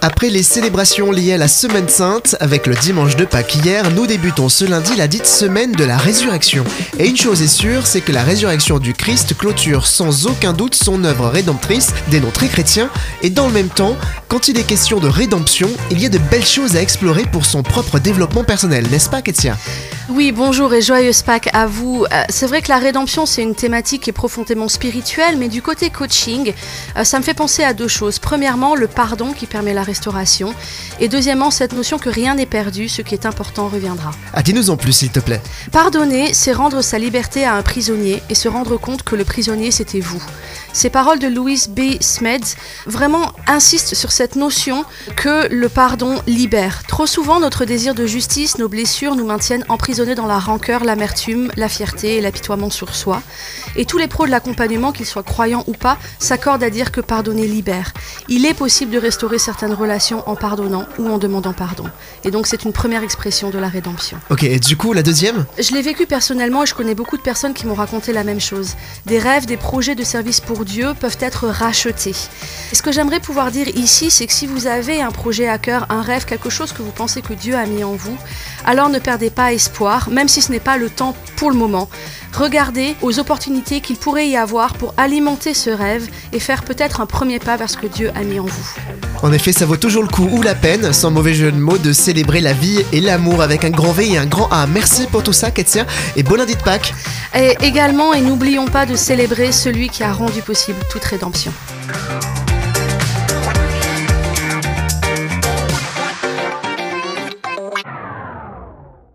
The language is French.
Après les célébrations liées à la Semaine Sainte, avec le dimanche de Pâques hier, nous débutons ce lundi la dite semaine de la résurrection. Et une chose est sûre, c'est que la résurrection du Christ clôture sans aucun doute son œuvre rédemptrice, des noms très chrétiens, et dans le même temps, quand il est question de rédemption, il y a de belles choses à explorer pour son propre développement personnel, n'est-ce pas Kétia ? Oui, bonjour et joyeuse Pâques à vous. C'est vrai que la rédemption, c'est une thématique qui est profondément spirituelle, mais du côté coaching, ça me fait penser à deux choses. Premièrement, le pardon qui permet la restauration, et deuxièmement, cette notion que rien n'est perdu, ce qui est important reviendra. Dis-nous en plus, s'il te plaît. Pardonner, c'est rendre sa liberté à un prisonnier et se rendre compte que le prisonnier, c'était vous. Ces paroles de Louise B. Smeds vraiment insistent sur cette notion que le pardon libère. Trop souvent, notre désir de justice, nos blessures nous maintiennent emprisonnés dans la rancœur, l'amertume, la fierté et l'apitoiement sur soi. Et tous les pros de l'accompagnement, qu'ils soient croyants ou pas, s'accordent à dire que pardonner libère. Il est possible de restaurer certaines relations en pardonnant ou en demandant pardon. Et donc c'est une première expression de la rédemption. Ok, et du coup, la deuxième ? Je l'ai vécu personnellement et je connais beaucoup de personnes qui m'ont raconté la même chose. Des rêves, des projets de service pour Dieu peuvent être rachetés. Et ce que j'aimerais pouvoir dire ici, c'est que si vous avez un projet à cœur, un rêve, quelque chose que vous pensez que Dieu a mis en vous, alors ne perdez pas espoir, même si ce n'est pas le temps pour le moment. Regardez aux opportunités qu'il pourrait y avoir pour alimenter ce rêve et faire peut-être un premier pas vers ce que Dieu a mis en vous. En effet, ça vaut toujours le coup ou la peine, sans mauvais jeu de mots, de célébrer la vie et l'amour avec un grand V et un grand A. Merci pour tout ça, Kétia, et bon lundi de Pâques. Et également, et n'oublions pas de célébrer celui qui a rendu possible toute rédemption.